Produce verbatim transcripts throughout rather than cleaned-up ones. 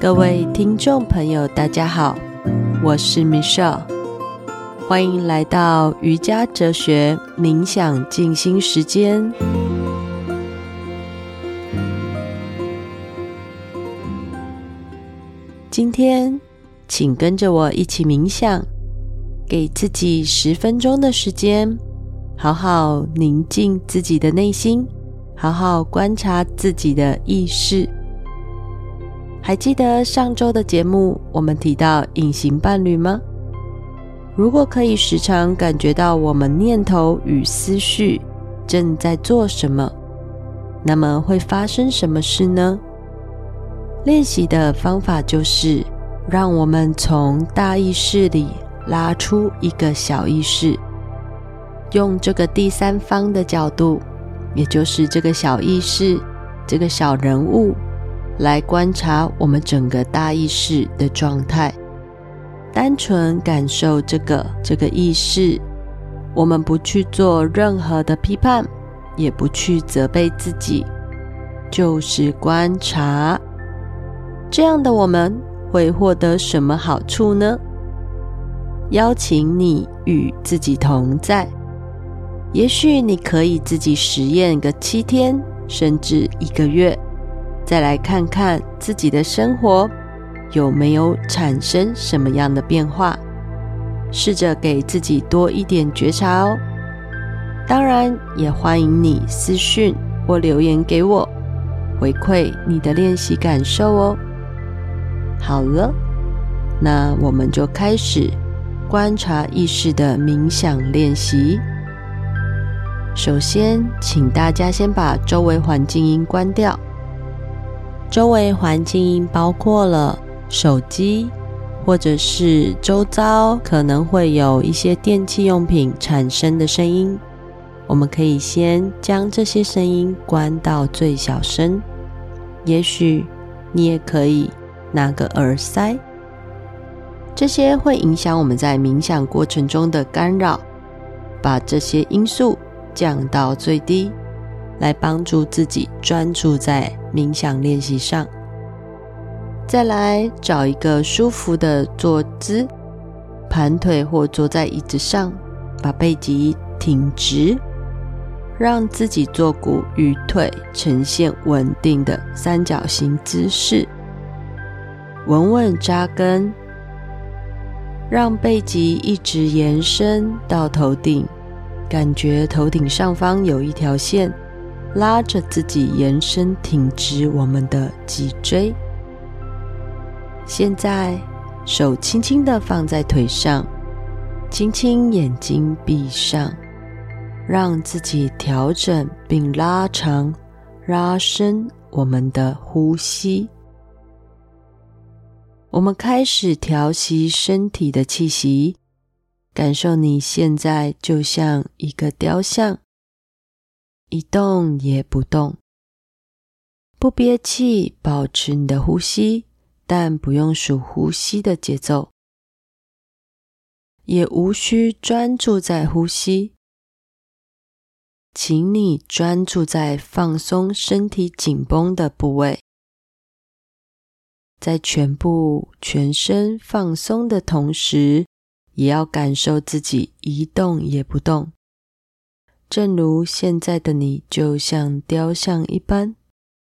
各位听众朋友大家好，我是 Michelle， 欢迎来到瑜伽哲学冥想静心时间。今天请跟着我一起冥想，给自己十分钟的时间，好好宁静自己的内心，好好观察自己的意识。还记得上周的节目我们提到隐形伴侣吗？如果可以时常感觉到我们念头与思绪正在做什么，那么会发生什么事呢？练习的方法就是让我们从大意识里拉出一个小意识，用这个第三方的角度，也就是这个小意识，这个小人物来观察我们整个大意识的状态，单纯感受这个这个意识，我们不去做任何的批判，也不去责备自己，就是观察。这样的我们会获得什么好处呢？邀请你与自己同在，也许你可以自己实验个七天，甚至一个月，再来看看自己的生活有没有产生什么样的变化，试着给自己多一点觉察哦。当然也欢迎你私讯或留言给我，回馈你的练习感受哦。好了，那我们就开始观察意识的冥想练习。首先，请大家先把周围环境音关掉。周围环境音包括了手机，或者是周遭可能会有一些电器用品产生的声音，我们可以先将这些声音关到最小声。也许你也可以拿个耳塞，这些会影响我们在冥想过程中的干扰，把这些因素降到最低，来帮助自己专注在冥想练习上。再来找一个舒服的坐姿，盘腿或坐在椅子上，把背脊挺直，让自己坐骨与腿呈现稳定的三角形姿势，稳稳扎根，让背脊一直延伸到头顶，感觉头顶上方有一条线拉着自己延伸挺直我们的脊椎。现在手轻轻地放在腿上，轻轻眼睛闭上，让自己调整并拉长拉伸我们的呼吸。我们开始调息身体的气息，感受你现在就像一个雕像，一动也不动，不憋气，保持你的呼吸，但不用数呼吸的节奏，也无需专注在呼吸。请你专注在放松身体紧绷的部位，在全部全身放松的同时，也要感受自己一动也不动，正如现在的你就像雕像一般。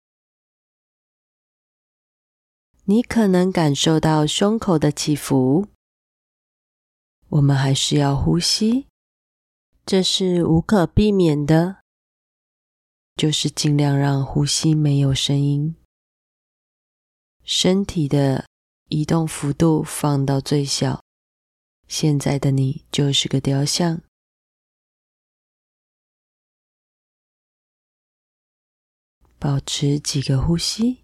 你可能感受到胸口的起伏，我们还是要呼吸，这是无可避免的，就是尽量让呼吸没有声音。身体的移动幅度放到最小，现在的你就是个雕像。保持几个呼吸。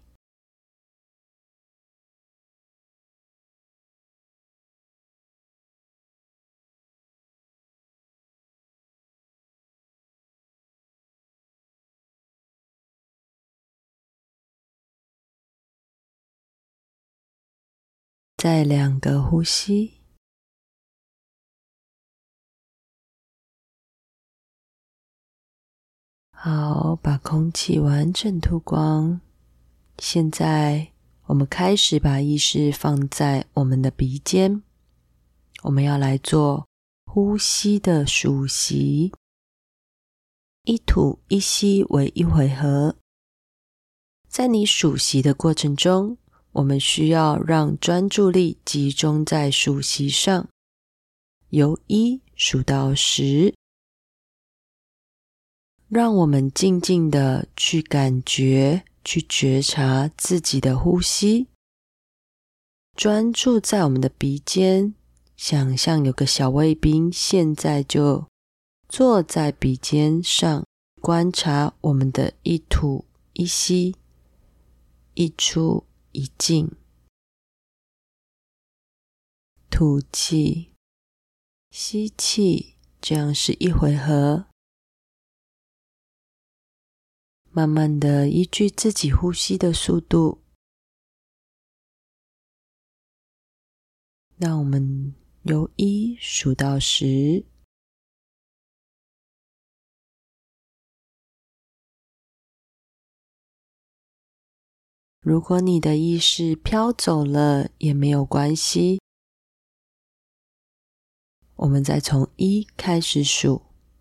再两个呼吸。好，把空气完整吐光。现在我们开始把意识放在我们的鼻尖，我们要来做呼吸的数息，一吐一吸为一回合。在你数息的过程中，我们需要让专注力集中在数息上，由一数到十，让我们静静的去感觉，去觉察自己的呼吸，专注在我们的鼻尖，想象有个小卫兵现在就坐在鼻尖上，观察我们的一吐一吸，一出一进。吐气，吸气，这样是一回合。慢慢的依据自己呼吸的速度，让我们由一数到十。如果你的意识飘走了也没有关系，我们再从一开始数。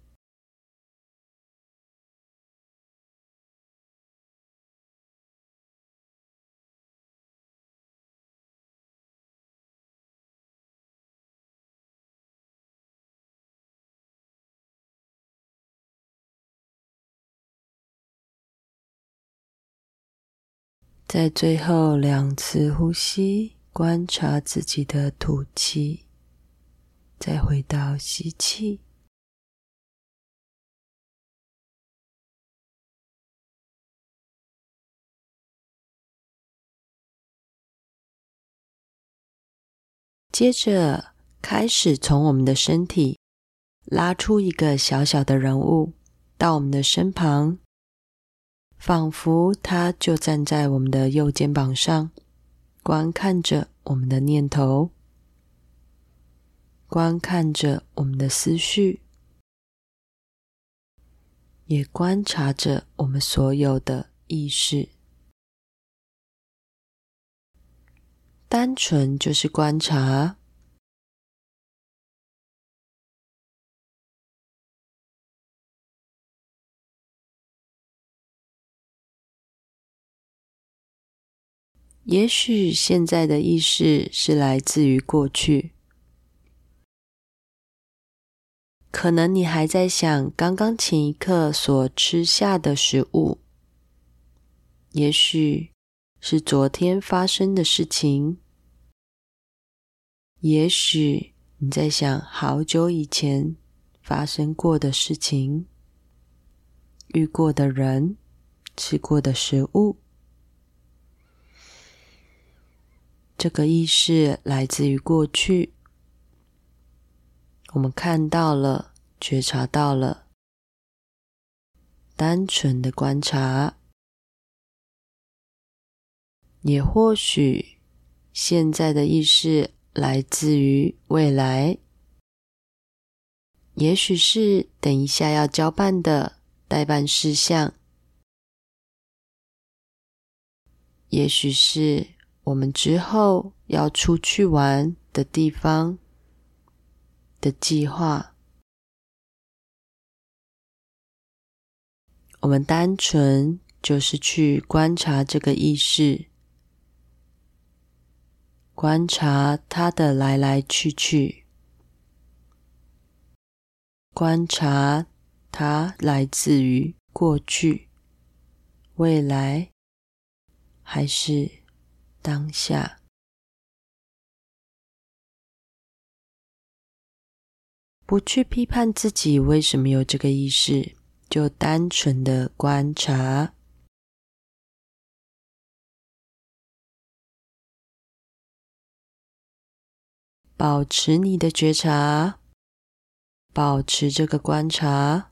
在最后两次呼吸，观察自己的吐气，再回到吸气。接着开始从我们的身体拉出一个小小的人物到我们的身旁，仿佛他就站在我们的右肩膀上，观看着我们的念头，观看着我们的思绪，也观察着我们所有的意识。单纯就是观察。也许现在的意识是来自于过去，可能你还在想刚刚前一刻所吃下的食物，也许是昨天发生的事情，也许你在想好久以前发生过的事情，遇过的人，吃过的食物。这个意识来自于过去，我们看到了，觉察到了，单纯的观察。也或许现在的意识来自于未来，也许是等一下要交办的待办事项，也许是我们之后要出去玩的地方的计划。我们单纯就是去观察这个意识，观察它的来来去去，观察它来自于过去、未来还是当下。不去批判自己为什么有这个意识，就单纯的观察。保持你的觉察，保持这个观察，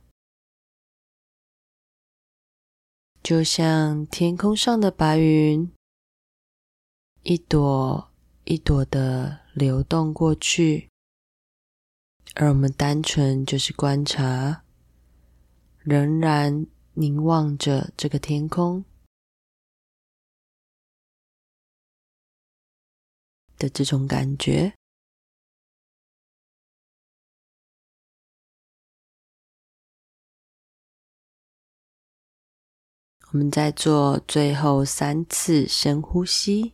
就像天空上的白云，一朵一朵的流动过去，而我们单纯就是观察，仍然凝望着这个天空。 的这种感觉。我们再做最后三次深呼吸。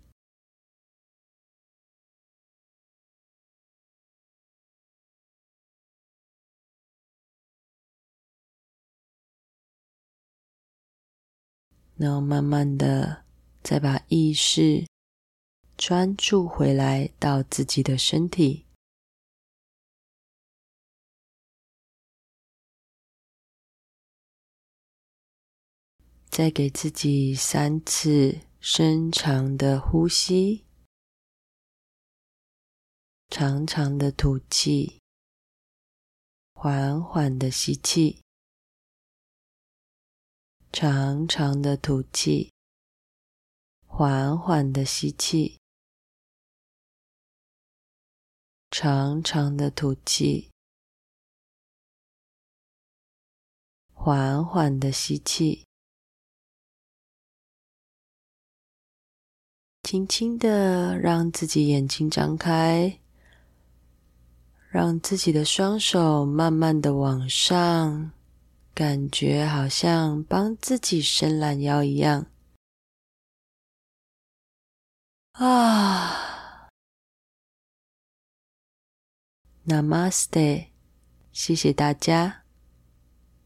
然后慢慢的再把意识专注回来到自己的身体，再给自己三次深长的呼吸，长长的吐气，缓缓的吸气，长长的吐气，缓缓的吸气，长长的吐气，缓缓的吸气，轻轻的让自己眼睛张开，让自己的双手慢慢的往上，感觉好像帮自己伸懒腰一样。啊 ，Namaste， 谢谢大家。